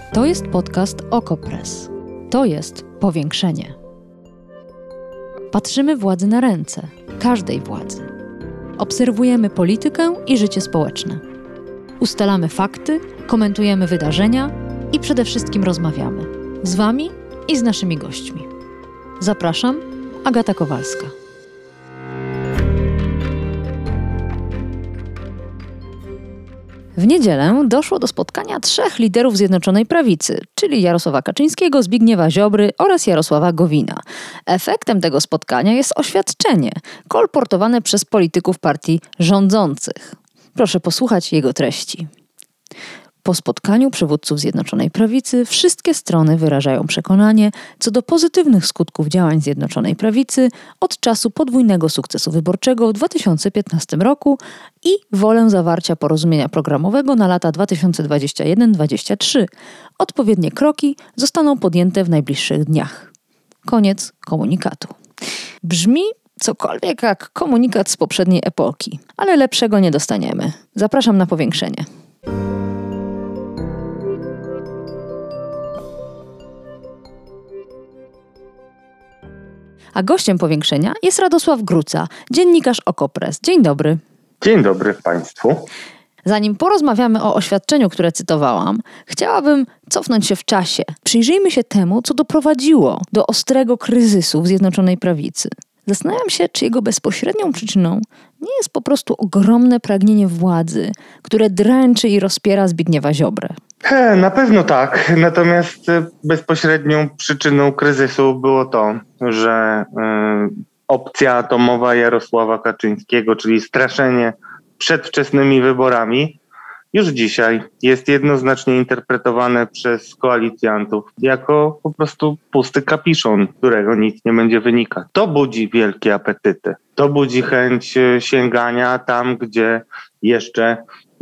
To jest podcast Okopres. To jest powiększenie. Patrzymy władzy na ręce, każdej władzy. Obserwujemy politykę i życie społeczne. Ustalamy fakty, komentujemy wydarzenia i przede wszystkim rozmawiamy. Z Wami i z naszymi gośćmi. Zapraszam, Agata Kowalska. W niedzielę doszło do spotkania 3 liderów Zjednoczonej Prawicy, czyli Jarosława Kaczyńskiego, Zbigniewa Ziobry oraz Jarosława Gowina. Efektem tego spotkania jest oświadczenie, kolportowane przez polityków partii rządzących. Proszę posłuchać jego treści. Po spotkaniu przywódców Zjednoczonej Prawicy wszystkie strony wyrażają przekonanie co do pozytywnych skutków działań Zjednoczonej Prawicy od czasu podwójnego sukcesu wyborczego w 2015 roku i wolę zawarcia porozumienia programowego na lata 2021-2023. Odpowiednie kroki zostaną podjęte w najbliższych dniach. Koniec komunikatu. Brzmi cokolwiek jak komunikat z poprzedniej epoki, ale lepszego nie dostaniemy. Zapraszam na powiększenie. A gościem powiększenia jest Radosław Gruca, dziennikarz Okopres. Dzień dobry. Dzień dobry Państwu. Zanim porozmawiamy o oświadczeniu, które cytowałam, chciałabym cofnąć się w czasie. Przyjrzyjmy się temu, co doprowadziło do ostrego kryzysu w Zjednoczonej Prawicy. Zastanawiam się, czy jego bezpośrednią przyczyną nie jest po prostu ogromne pragnienie władzy, które dręczy i rozpiera Zbigniewa Ziobrę. Na pewno tak, natomiast bezpośrednią przyczyną kryzysu było to, że opcja atomowa Jarosława Kaczyńskiego, czyli straszenie przedwczesnymi wyborami, już dzisiaj jest jednoznacznie interpretowane przez koalicjantów jako po prostu pusty kapiszon, którego nic nie będzie wynikać. To budzi wielkie apetyty. To budzi chęć sięgania tam, gdzie jeszcze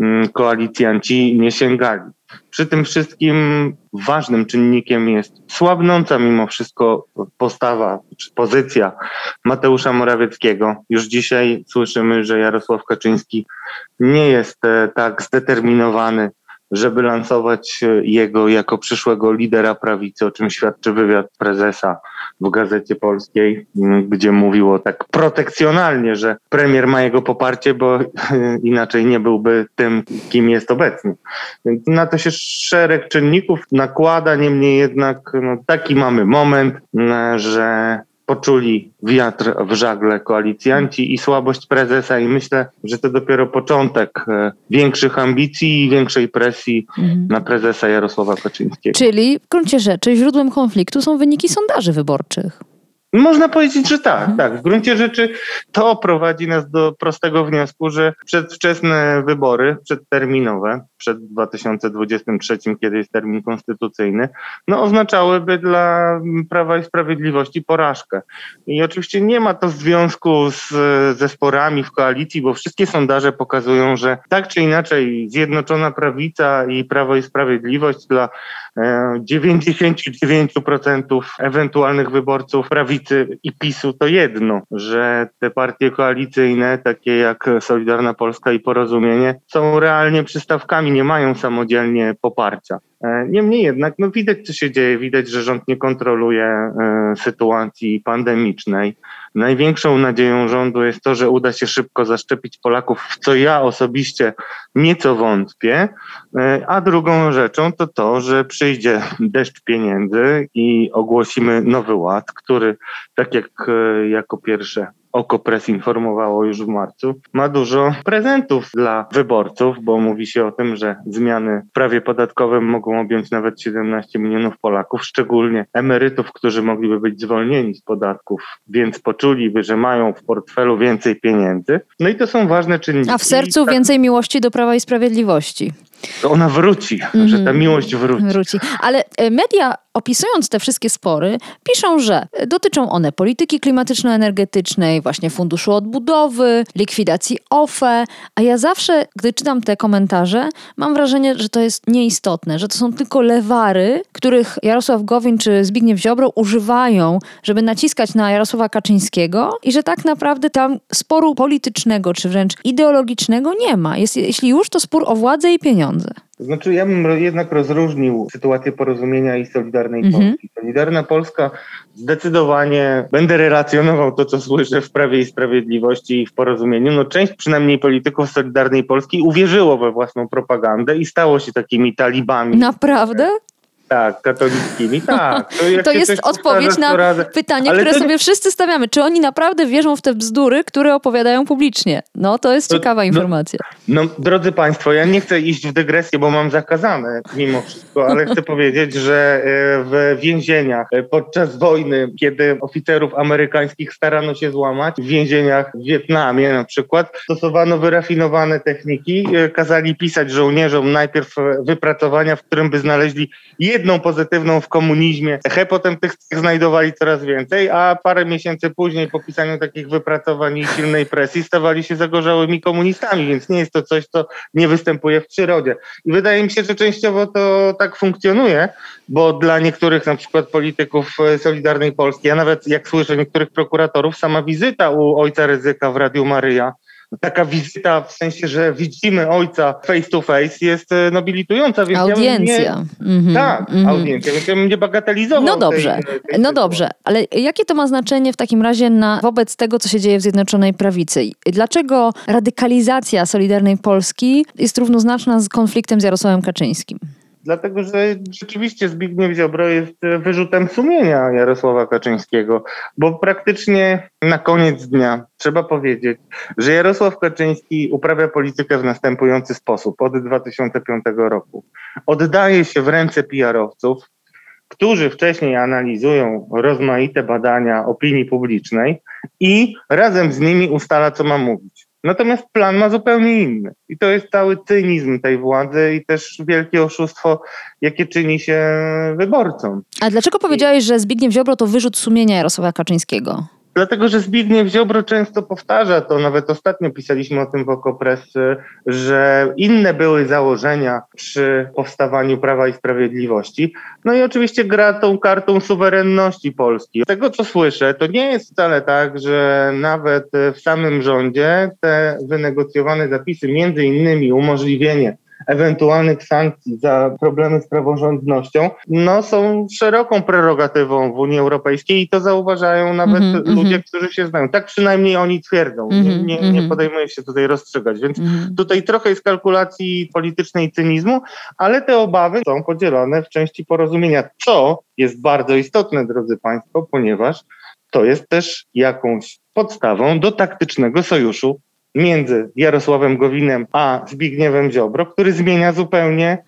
koalicjanci nie sięgali. Przy tym wszystkim ważnym czynnikiem jest słabnąca mimo wszystko postawa czy pozycja Mateusza Morawieckiego. Już dzisiaj słyszymy, że Jarosław Kaczyński nie jest tak zdeterminowany, żeby lansować jego jako przyszłego lidera prawicy, o czym świadczy wywiad prezesa w Gazecie Polskiej, gdzie mówiło tak protekcjonalnie, że premier ma jego poparcie, bo inaczej nie byłby tym, kim jest obecnie. Więc na to się szereg czynników nakłada, niemniej jednak taki mamy moment, że poczuli wiatr w żagle koalicjanci i słabość prezesa i myślę, że to dopiero początek większych ambicji i większej presji na prezesa Jarosława Kaczyńskiego. Czyli w gruncie rzeczy źródłem konfliktu są wyniki sondaży wyborczych. Można powiedzieć, że tak. W gruncie rzeczy to prowadzi nas do prostego wniosku, że przedwczesne wybory, przedterminowe, przed 2023, kiedy jest termin konstytucyjny, oznaczałyby dla Prawa i Sprawiedliwości porażkę. I oczywiście nie ma to związku ze sporami w koalicji, bo wszystkie sondaże pokazują, że tak czy inaczej Zjednoczona Prawica i Prawo i Sprawiedliwość dla 99% ewentualnych wyborców prawicy i PiS-u to jedno, że te partie koalicyjne, takie jak Solidarna Polska i Porozumienie, są realnie przystawkami, nie mają samodzielnie poparcia. Niemniej jednak widać, co się dzieje, widać, że rząd nie kontroluje sytuacji pandemicznej. Największą nadzieją rządu jest to, że uda się szybko zaszczepić Polaków, w co ja osobiście nieco wątpię, a drugą rzeczą to, że przyjdzie deszcz pieniędzy i ogłosimy nowy ład, który, tak jak jako pierwsze Okopres informowało już w marcu, ma dużo prezentów dla wyborców, bo mówi się o tym, że zmiany w prawie podatkowym mogą objąć nawet 17 milionów Polaków, szczególnie emerytów, którzy mogliby być zwolnieni z podatków, więc poczuliby, że mają w portfelu więcej pieniędzy. I to są ważne czynniki. A w sercu więcej miłości do Prawa i Sprawiedliwości. To ona wróci, że ta miłość wróci. Ale media, opisując te wszystkie spory, piszą, że dotyczą one polityki klimatyczno-energetycznej, właśnie Funduszu Odbudowy, likwidacji OFE, a ja zawsze, gdy czytam te komentarze, mam wrażenie, że to jest nieistotne, że to są tylko lewary, których Jarosław Gowin czy Zbigniew Ziobro używają, żeby naciskać na Jarosława Kaczyńskiego i że tak naprawdę tam sporu politycznego czy wręcz ideologicznego nie ma. Jeśli już, to spór o władzę i pieniądze. Znaczy, ja bym jednak rozróżnił sytuację Porozumienia i Solidarnej Polski. Solidarna Polska zdecydowanie, będę relacjonował to, co słyszę w Prawie i Sprawiedliwości i w Porozumieniu. No, część przynajmniej polityków Solidarnej Polski uwierzyło we własną propagandę i stało się takimi talibami. Naprawdę? Tak, katolickimi, tak. To jest odpowiedź na pytanie, które sobie wszyscy stawiamy. Czy oni naprawdę wierzą w te bzdury, które opowiadają publicznie? No, to jest ciekawa informacja. No, drodzy Państwo, ja nie chcę iść w dygresję, bo mam zakazane mimo wszystko, ale chcę powiedzieć, że w więzieniach podczas wojny, kiedy oficerów amerykańskich starano się złamać, w więzieniach w Wietnamie na przykład, stosowano wyrafinowane techniki, kazali pisać żołnierzom najpierw wypracowania, w którym by znaleźli jedną pozytywną w komunizmie. Potem tych znajdowali coraz więcej, a parę miesięcy później po pisaniu takich wypracowań i silnej presji stawali się zagorzałymi komunistami, więc nie jest to coś, co nie występuje w przyrodzie. I wydaje mi się, że częściowo to tak funkcjonuje, bo dla niektórych na przykład polityków Solidarnej Polski, a nawet jak słyszę niektórych prokuratorów, sama wizyta u ojca Rydzyka w Radiu Maryja, taka wizyta w sensie, że widzimy ojca face to face jest nobilitująca. Więc audiencja. Audiencja, więc ja bym nie bagatelizował. No dobrze, ale jakie to ma znaczenie w takim razie wobec tego, co się dzieje w Zjednoczonej Prawicy? Dlaczego radykalizacja Solidarnej Polski jest równoznaczna z konfliktem z Jarosławem Kaczyńskim? Dlatego, że rzeczywiście Zbigniew Ziobro jest wyrzutem sumienia Jarosława Kaczyńskiego, bo praktycznie na koniec dnia trzeba powiedzieć, że Jarosław Kaczyński uprawia politykę w następujący sposób od 2005 roku. Oddaje się w ręce PR-owców, którzy wcześniej analizują rozmaite badania opinii publicznej i razem z nimi ustala, co ma mówić. Natomiast plan ma zupełnie inny. I to jest cały cynizm tej władzy i też wielkie oszustwo, jakie czyni się wyborcom. A dlaczego powiedziałeś, że Zbigniew Ziobro to wyrzut sumienia Jarosława Kaczyńskiego? Dlatego, że Zbigniew Ziobro często powtarza to, nawet ostatnio pisaliśmy o tym w Okopres, że inne były założenia przy powstawaniu Prawa i Sprawiedliwości. No i oczywiście gra tą kartą suwerenności Polski. Z tego, co słyszę, to nie jest wcale tak, że nawet w samym rządzie te wynegocjowane zapisy, między innymi umożliwienie ewentualnych sankcji za problemy z praworządnością, no są szeroką prerogatywą w Unii Europejskiej i to zauważają nawet ludzie, którzy się znają. Tak przynajmniej oni twierdzą. Nie podejmuję się tutaj rozstrzygać, więc tutaj trochę jest kalkulacji politycznej i cynizmu, ale te obawy są podzielone w części Porozumienia, co jest bardzo istotne, drodzy Państwo, ponieważ to jest też jakąś podstawą do taktycznego sojuszu między Jarosławem Gowinem a Zbigniewem Ziobro, który zmienia zupełnie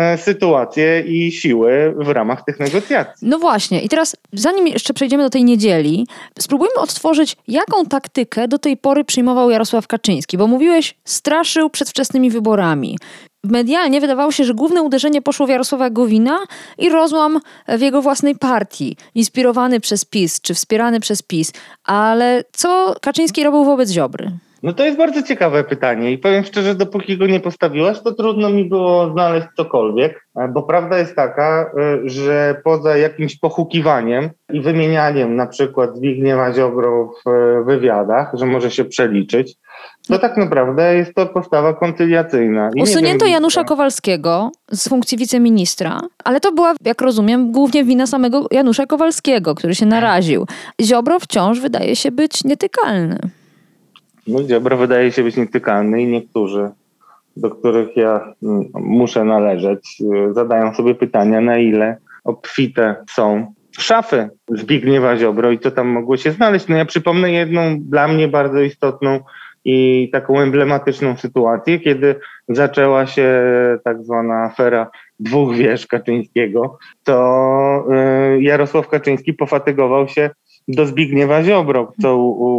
sytuację i siły w ramach tych negocjacji. No właśnie. I teraz, zanim jeszcze przejdziemy do tej niedzieli, spróbujmy odtworzyć, jaką taktykę do tej pory przyjmował Jarosław Kaczyński, bo mówiłeś, straszył przed wczesnymi wyborami. Medialnie wydawało się, że główne uderzenie poszło w Jarosława Gowina i rozłam w jego własnej partii, inspirowany przez PiS, czy wspierany przez PiS. Ale co Kaczyński robił wobec Ziobry? No to jest bardzo ciekawe pytanie i powiem szczerze, dopóki go nie postawiłaś, to trudno mi było znaleźć cokolwiek, bo prawda jest taka, że poza jakimś pohukiwaniem i wymienianiem na przykład Zbigniewa Ziobro w wywiadach, że może się przeliczyć, to tak naprawdę jest to postawa koncyliacyjna. Usunięto Janusza Kowalskiego z funkcji wiceministra, ale to była, jak rozumiem, głównie wina samego Janusza Kowalskiego, który się naraził. Ziobro wciąż wydaje się być nietykalny. No, Ziobro wydaje się być nietykalny i niektórzy, do których ja muszę należeć, zadają sobie pytania, na ile obfite są szafy Zbigniewa Ziobro i co tam mogło się znaleźć. No ja przypomnę jedną dla mnie bardzo istotną i taką emblematyczną sytuację, kiedy zaczęła się tak zwana afera dwóch wież Kaczyńskiego, to Jarosław Kaczyński pofatygował się do Zbigniewa Ziobro, co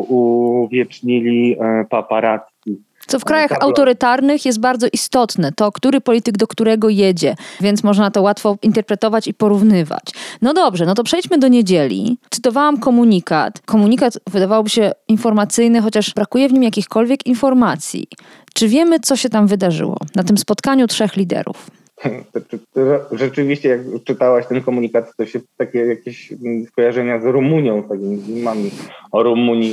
uwiecznili paparazzi. Co w krajach autorytarnych jest bardzo istotne, to który polityk do którego jedzie, więc można to łatwo interpretować i porównywać. No dobrze, no to przejdźmy do niedzieli. Cytowałam komunikat. Komunikat wydawałoby się informacyjny, chociaż brakuje w nim jakichkolwiek informacji. Czy wiemy, co się tam wydarzyło na tym spotkaniu trzech liderów? Rzeczywiście, jak czytałaś ten komunikat, to się takie jakieś skojarzenia z Rumunią, tak mi o Rumunii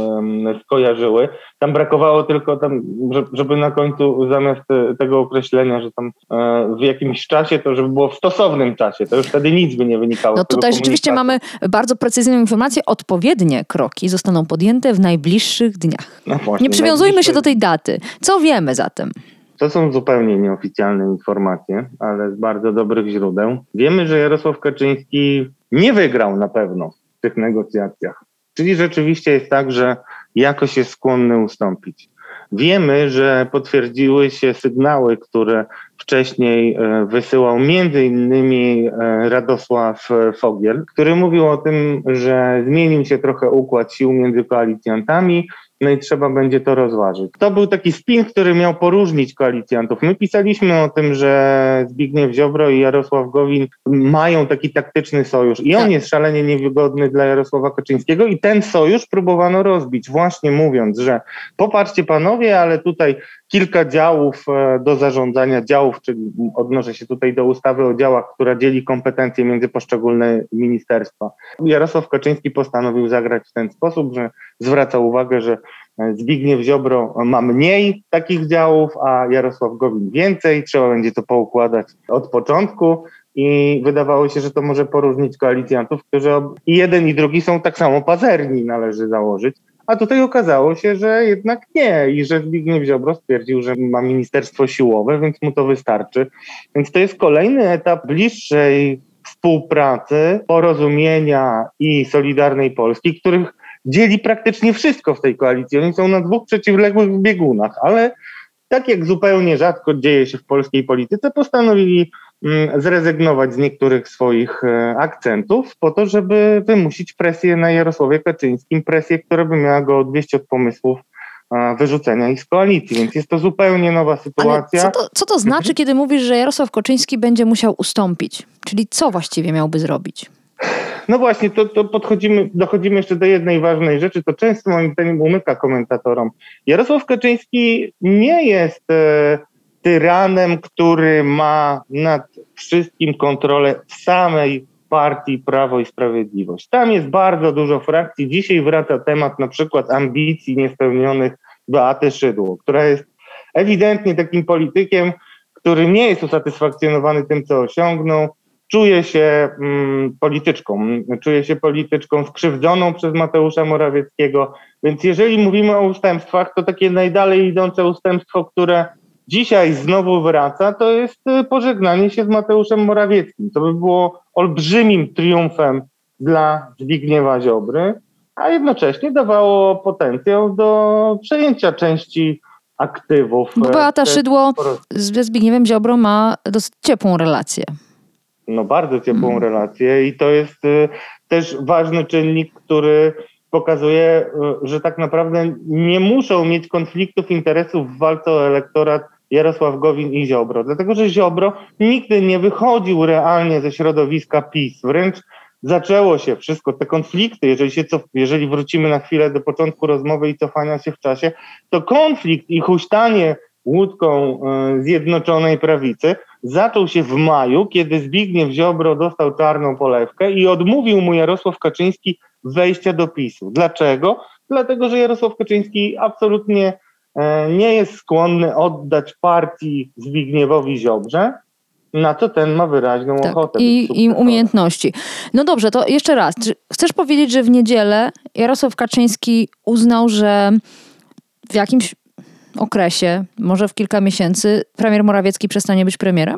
skojarzyły. Tam brakowało tylko, żeby na końcu zamiast tego określenia, że tam w jakimś czasie, to żeby było w stosownym czasie, to już wtedy nic by nie wynikało. No tutaj rzeczywiście mamy bardzo precyzyjną informację. Odpowiednie kroki zostaną podjęte w najbliższych dniach. No właśnie, nie przywiązujmy się do tej daty. Co wiemy zatem? To są zupełnie nieoficjalne informacje, ale z bardzo dobrych źródeł. Wiemy, że Jarosław Kaczyński nie wygrał na pewno w tych negocjacjach. Czyli rzeczywiście jest tak, że jakoś jest skłonny ustąpić. Wiemy, że potwierdziły się sygnały, które wcześniej wysyłał między innymi Radosław Fogiel, który mówił o tym, że zmienił się trochę układ sił między koalicjantami, no i trzeba będzie to rozważyć. To był taki spin, który miał poróżnić koalicjantów. My pisaliśmy o tym, że Zbigniew Ziobro i Jarosław Gowin mają taki taktyczny sojusz i on jest szalenie niewygodny dla Jarosława Kaczyńskiego i ten sojusz próbowano rozbić, właśnie mówiąc, że popatrzcie panowie, ale tutaj kilka działów do zarządzania, działów, czyli odnoszę się tutaj do ustawy o działach, która dzieli kompetencje między poszczególne ministerstwa. Jarosław Kaczyński postanowił zagrać w ten sposób, że zwraca uwagę, że Zbigniew Ziobro ma mniej takich działów, a Jarosław Gowin więcej. Trzeba będzie to poukładać od początku i wydawało się, że to może poróżnić koalicjantów, którzy i jeden i drugi są tak samo pazerni, należy założyć. A tutaj okazało się, że jednak nie i że Zbigniew Ziobro stwierdził, że ma ministerstwo siłowe, więc mu to wystarczy. Więc to jest kolejny etap bliższej współpracy, porozumienia i Solidarnej Polski, których dzieli praktycznie wszystko w tej koalicji. Oni są na dwóch przeciwległych biegunach, ale tak jak zupełnie rzadko dzieje się w polskiej polityce, postanowili zrezygnować z niektórych swoich akcentów po to, żeby wymusić presję na Jarosławie Kaczyńskim, presję, która by miała go odwieść od pomysłów wyrzucenia ich z koalicji, więc jest to zupełnie nowa sytuacja. Ale co to znaczy, kiedy mówisz, że Jarosław Kaczyński będzie musiał ustąpić? Czyli co właściwie miałby zrobić? No właśnie, to dochodzimy jeszcze do jednej ważnej rzeczy, to często moim zdaniem umyka komentatorom. Jarosław Kaczyński nie jest tyranem, który ma nad wszystkim kontrolę w samej partii Prawo i Sprawiedliwość. Tam jest bardzo dużo frakcji. Dzisiaj wraca temat na przykład ambicji niespełnionych Beaty Szydło, która jest ewidentnie takim politykiem, który nie jest usatysfakcjonowany tym, co osiągnął. Czuje się polityczką skrzywdzoną przez Mateusza Morawieckiego, więc jeżeli mówimy o ustępstwach, to takie najdalej idące ustępstwo, które dzisiaj znowu wraca, to jest pożegnanie się z Mateuszem Morawieckim. To by było olbrzymim triumfem dla Zbigniewa Ziobry, a jednocześnie dawało potencjał do przejęcia części aktywów. Bo Beata Szydło ze Zbigniewem Ziobro ma dosyć ciepłą relację. No bardzo ciepłą relację i to jest też ważny czynnik, który pokazuje, że tak naprawdę nie muszą mieć konfliktów interesów w walce o elektorat Jarosław Gowin i Ziobro, dlatego że Ziobro nigdy nie wychodził realnie ze środowiska PiS, wręcz zaczęło się wszystko, te konflikty, jeżeli wrócimy na chwilę do początku rozmowy i cofania się w czasie, to konflikt i huśtanie łódką Zjednoczonej Prawicy zaczął się w maju, kiedy Zbigniew Ziobro dostał czarną polewkę i odmówił mu Jarosław Kaczyński wejścia do PiS-u. Dlaczego? Dlatego, że Jarosław Kaczyński absolutnie nie jest skłonny oddać partii Zbigniewowi Ziobrze, na co ten ma wyraźną ochotę. I umiejętności. No dobrze, to jeszcze raz. Czy chcesz powiedzieć, że w niedzielę Jarosław Kaczyński uznał, że w jakimś okresie, może w kilka miesięcy, premier Morawiecki przestanie być premierem?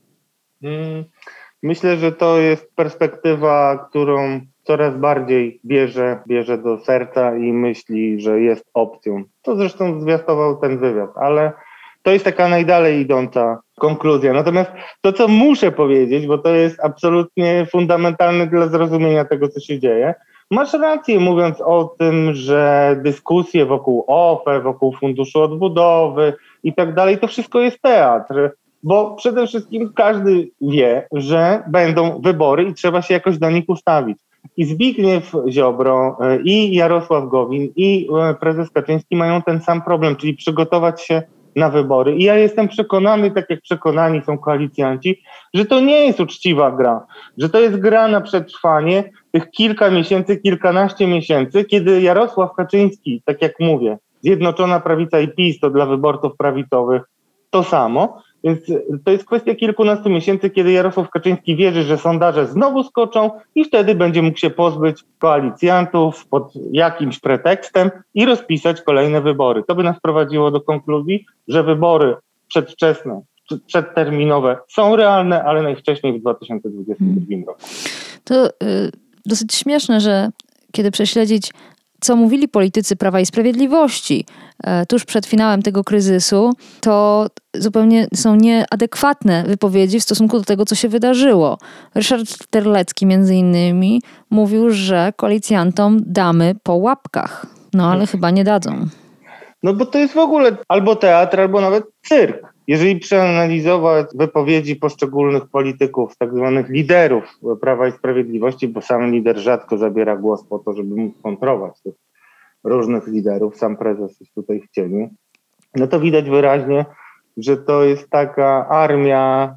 Myślę, że to jest perspektywa, którą coraz bardziej bierze do serca i myśli, że jest opcją. To zresztą zwiastował ten wywiad, ale to jest taka najdalej idąca konkluzja. Natomiast to, co muszę powiedzieć, bo to jest absolutnie fundamentalne dla zrozumienia tego, co się dzieje, masz rację mówiąc o tym, że dyskusje wokół OFE, wokół Funduszu Odbudowy i tak dalej, to wszystko jest teatr, bo przede wszystkim każdy wie, że będą wybory i trzeba się jakoś do nich ustawić. I Zbigniew Ziobro, i Jarosław Gowin, i prezes Kaczyński mają ten sam problem, czyli przygotować się na wybory. I ja jestem przekonany, tak jak przekonani są koalicjanci, że to nie jest uczciwa gra, że to jest gra na przetrwanie tych kilka miesięcy, kilkanaście miesięcy, kiedy Jarosław Kaczyński, tak jak mówię, Zjednoczona Prawica i PiS to dla wyborców prawicowych to samo, więc to jest kwestia kilkunastu miesięcy, kiedy Jarosław Kaczyński wierzy, że sondaże znowu skoczą i wtedy będzie mógł się pozbyć koalicjantów pod jakimś pretekstem i rozpisać kolejne wybory. To by nas prowadziło do konkluzji, że wybory przedwczesne, przedterminowe są realne, ale najwcześniej w 2022 roku. To dosyć śmieszne, że kiedy prześledzić, co mówili politycy Prawa i Sprawiedliwości tuż przed finałem tego kryzysu, to zupełnie są nieadekwatne wypowiedzi w stosunku do tego, co się wydarzyło. Ryszard Terlecki między innymi mówił, że koalicjantom damy po łapkach. No ale chyba nie dadzą. No bo to jest w ogóle albo teatr, albo nawet cyrk. Jeżeli przeanalizować wypowiedzi poszczególnych polityków, tak zwanych liderów Prawa i Sprawiedliwości, bo sam lider rzadko zabiera głos po to, żeby móc kontrolować tych różnych liderów, sam prezes jest tutaj w cieniu, no to widać wyraźnie, że to jest taka armia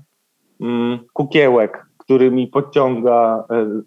kukiełek, którymi podciąga,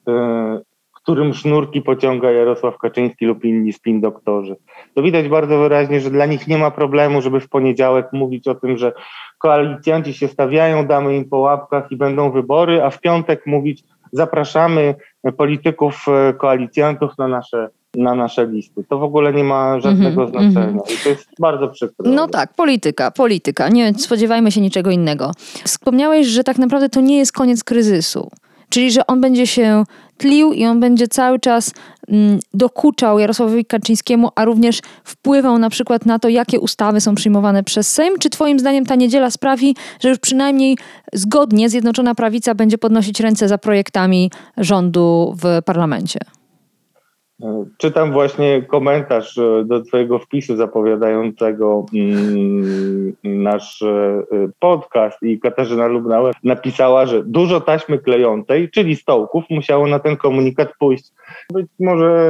którym sznurki pociąga Jarosław Kaczyński lub inni spin doktorzy. To widać bardzo wyraźnie, że dla nich nie ma problemu, żeby w poniedziałek mówić o tym, że koalicjanci się stawiają, damy im po łapkach i będą wybory, a w piątek mówić, zapraszamy polityków koalicjantów na nasze listy. To w ogóle nie ma żadnego znaczenia i to jest bardzo przykre. No tak, polityka. Nie spodziewajmy się niczego innego. Wspomniałeś, że tak naprawdę to nie jest koniec kryzysu. Czyli, że on będzie się tlił i on będzie cały czas dokuczał Jarosławowi Kaczyńskiemu, a również wpływał na przykład na to, jakie ustawy są przyjmowane przez Sejm. Czy twoim zdaniem ta niedziela sprawi, że już przynajmniej zgodnie Zjednoczona Prawica będzie podnosić ręce za projektami rządu w parlamencie? Czytam właśnie komentarz do twojego wpisu zapowiadającego nasz podcast i Katarzyna Lubnauer napisała, że dużo taśmy klejącej, czyli stołków, musiało na ten komunikat pójść. Być może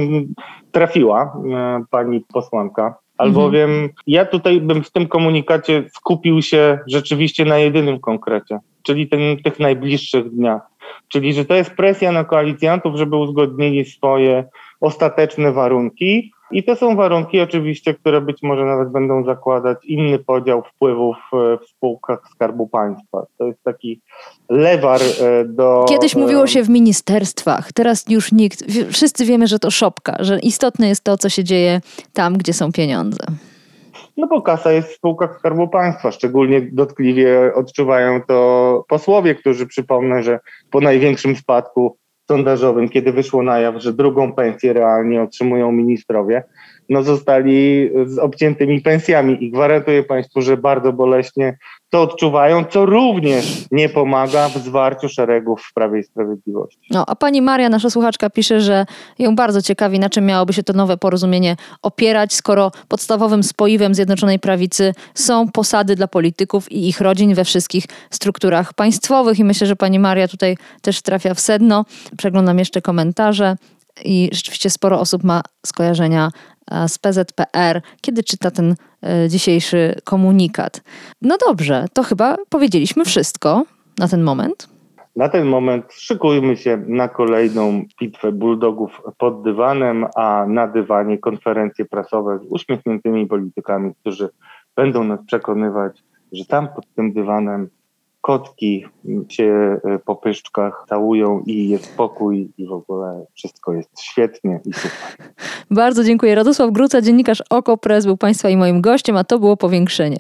trafiła pani posłanka, albowiem ja tutaj bym w tym komunikacie skupił się rzeczywiście na jedynym konkrecie, czyli tych najbliższych dniach. Czyli, że to jest presja na koalicjantów, żeby uzgodnili swoje ostateczne warunki i to są warunki oczywiście, które być może nawet będą zakładać inny podział wpływów w spółkach Skarbu Państwa. To jest taki lewar do... Kiedyś mówiło się w ministerstwach, teraz już nikt, wszyscy wiemy, że to szopka, że istotne jest to, co się dzieje tam, gdzie są pieniądze. No bo kasa jest w spółkach Skarbu Państwa. Szczególnie dotkliwie odczuwają to posłowie, którzy przypomnę, że po największym spadku sondażowym, kiedy wyszło na jaw, że drugą pensję realnie otrzymują ministrowie, no zostali z obciętymi pensjami i gwarantuję Państwu, że bardzo boleśnie to odczuwają, co również nie pomaga w zwarciu szeregów w Prawie i Sprawiedliwości. No, a pani Maria, nasza słuchaczka, pisze, że ją bardzo ciekawi, na czym miałoby się to nowe porozumienie opierać, skoro podstawowym spoiwem Zjednoczonej Prawicy są posady dla polityków i ich rodzin we wszystkich strukturach państwowych. I myślę, że pani Maria tutaj też trafia w sedno. Przeglądam jeszcze komentarze i rzeczywiście sporo osób ma skojarzenia z PZPR, kiedy czyta ten dzisiejszy komunikat. No dobrze, to chyba powiedzieliśmy wszystko na ten moment. Na ten moment szykujmy się na kolejną bitwę bulldogów pod dywanem, a na dywanie konferencje prasowe z uśmiechniętymi politykami, którzy będą nas przekonywać, że tam pod tym dywanem kotki się po pyszczkach całują i jest spokój i w ogóle wszystko jest świetnie i super. Bardzo dziękuję. Radosław Gruca, dziennikarz OKO.press był Państwa i moim gościem, a to było Powiększenie.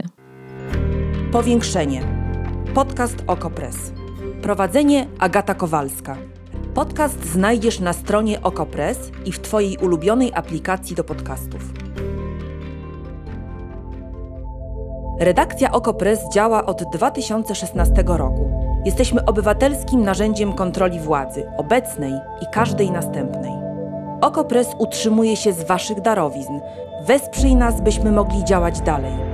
Powiększenie. Podcast OKO.press. Prowadzenie Agata Kowalska. Podcast znajdziesz na stronie OKO.press i w Twojej ulubionej aplikacji do podcastów. Redakcja OKO.press działa od 2016 roku. Jesteśmy obywatelskim narzędziem kontroli władzy, obecnej i każdej następnej. OKO.press utrzymuje się z Waszych darowizn. Wesprzyj nas, byśmy mogli działać dalej.